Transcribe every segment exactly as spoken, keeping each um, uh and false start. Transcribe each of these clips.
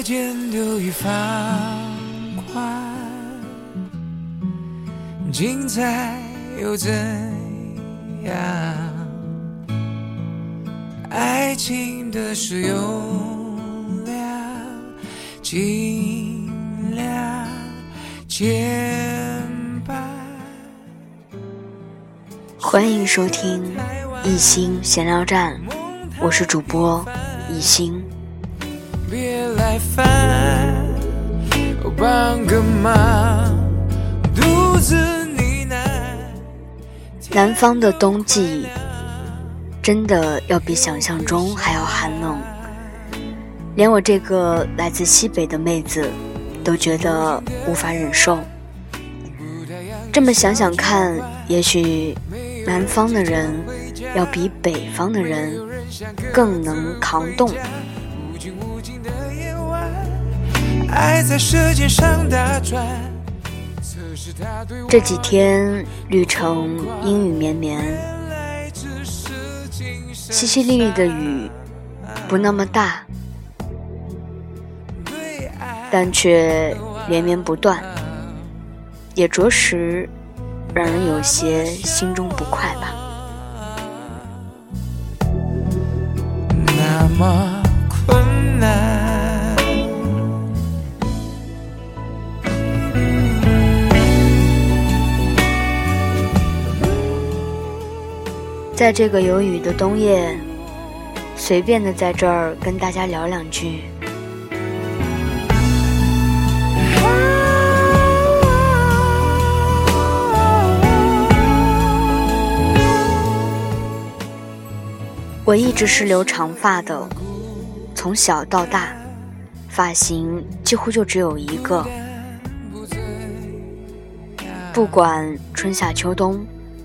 件都已放宽，精彩又怎样？爱情的使用量尽量减半。 欢迎收听一心闲聊站，我是主播一心。 别来烦，帮个忙，独自呢喃。 南方的冬季真的要比想象中还要寒冷，连我这个来自西北的妹子都觉得无法忍受。这么想想看，也许南方的人要比北方的人更能扛冻。 爱在舌尖上打转。 这几天旅程阴雨绵绵，淅淅沥沥的雨不那么大，但却连绵不断，也着实让人有些心中不快吧。 那么困难， 在这个有雨的冬夜，随便的在这儿跟大家聊两句。我一直是留长发的，从小到大，发型几乎就只有一个，不管春夏秋冬，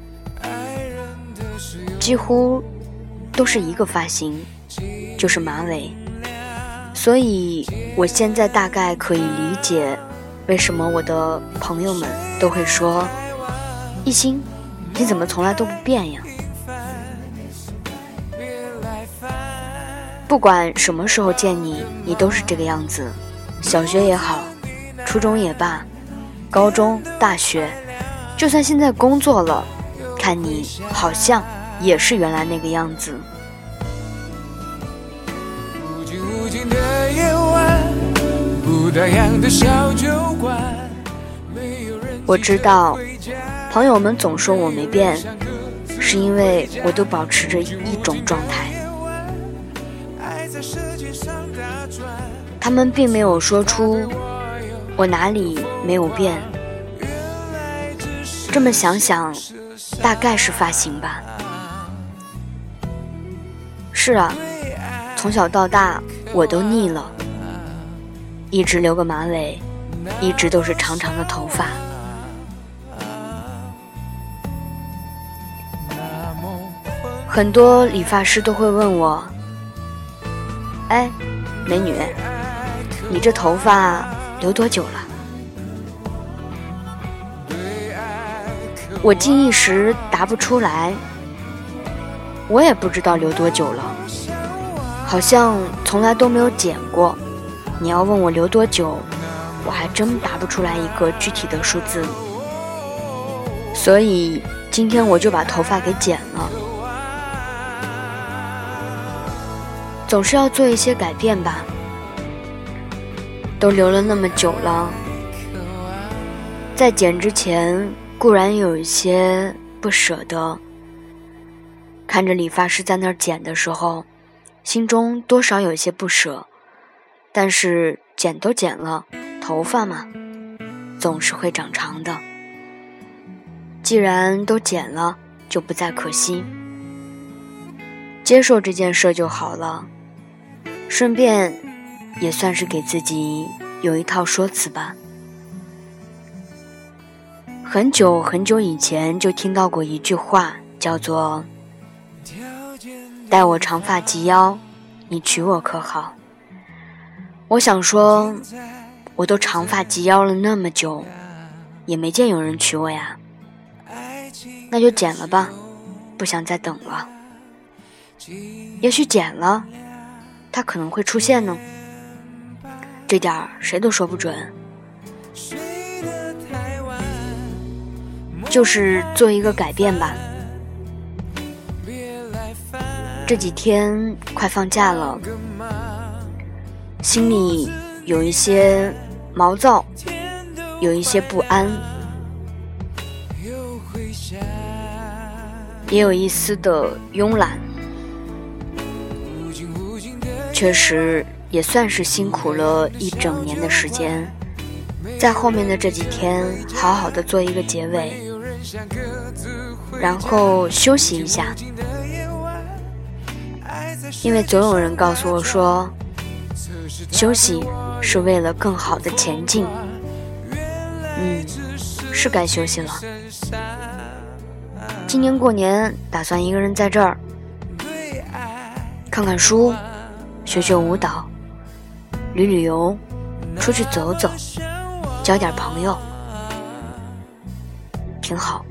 几乎都是一个发型，就是马尾。所以我现在大概可以理解为什么我的朋友们都会说，一心你怎么从来都不变呀？不管什么时候见你，你都是这个样子，小学也好，初中也罢，高中大学，就算现在工作了，看你好像也是原来那个样子。 无尽无尽的夜晚，不打烊的小酒馆，没有人。 我知道朋友们总说我没变，是因为我都保持着一种状态，他们并没有说出我哪里没有变。这么想想，大概是发型吧。是啊，从小到大我都腻了，一直留个马尾，一直都是长长的头发。很多理发师都会问我，哎，美女，你这头发留多久了？我竟一时答不出来，我也不知道留多久了，好像从来都没有剪过。你要问我留多久，我还真答不出来一个具体的数字。所以今天我就把头发给剪了。总是要做一些改变吧，都留了那么久了，在剪之前固然有一些不舍得，看着理发师在那儿剪的时候，心中多少有一些不舍，但是剪都剪了，头发嘛，总是会长长的，既然都剪了，就不再可惜，接受这件事就好了，顺便也算是给自己有一套说辞吧。很久很久以前就听到过一句话，叫做待我长发及腰，你娶我可好？我想说，我都长发及腰了那么久，也没见有人娶我呀，那就剪了吧，不想再等了。也许剪了，他可能会出现呢。 这点儿谁都说不准。就是做一个改变吧。这几天快放假了，心里有一些毛躁，有一些不安，也有一丝的慵懒。确实也算是辛苦了一整年的时间，在后面的这几天好好的做一个结尾，然后休息一下。因为总有人告诉我说，休息是为了更好的前进。嗯，是该休息了。今年过年打算一个人在这儿看看书，学学舞蹈，旅旅游，出去走走，交点朋友，挺好。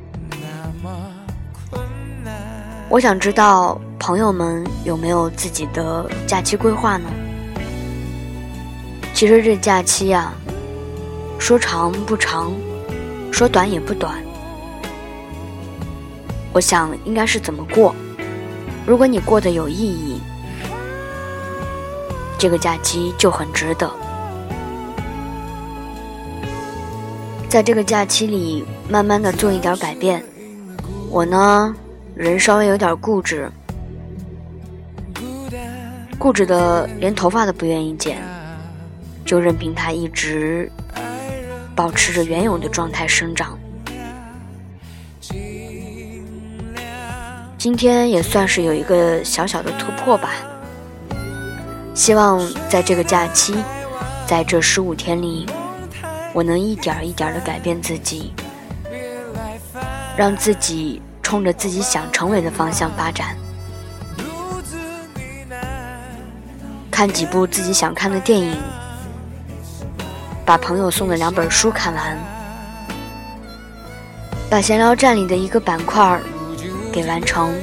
我想知道朋友们有没有自己的假期规划呢？其实这假期啊，说长不长，说短也不短。我想应该是怎么过，如果你过得有意义，这个假期就很值得。在这个假期里慢慢的做一点改变。我呢，人稍微有点固执，固执的连头发都不愿意剪，就任凭它一直保持着原有的状态生长。今天也算是有一个小小的突破吧，希望在这个假期，在这十五天里，我能一点一点的改变自己，让自己冲着自己想成为的方向发展，看几部自己想看的电影，把朋友送的两本书看完，把闲聊站里的一个板块给完成，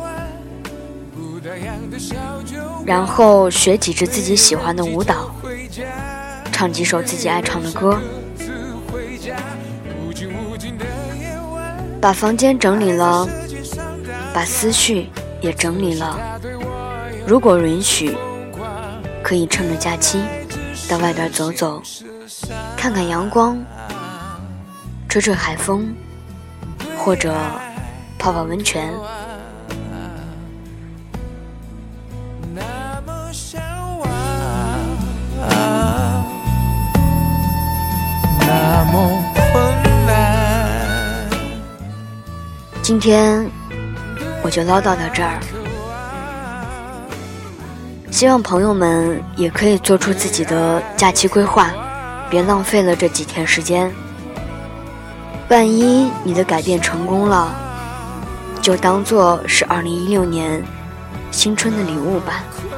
然后学几支自己喜欢的舞蹈，唱几首自己爱唱的歌，把房间整理了，把思绪也整理了。如果允许，可以趁着假期到外边走走，看看阳光，吹吹海风，或者泡泡温泉。 那么困难。 今天我就唠叨到这儿，希望朋友们也可以做出自己的假期规划，别浪费了这几天时间。万一你的改变成功了，就当作是二零一六年新春的礼物吧。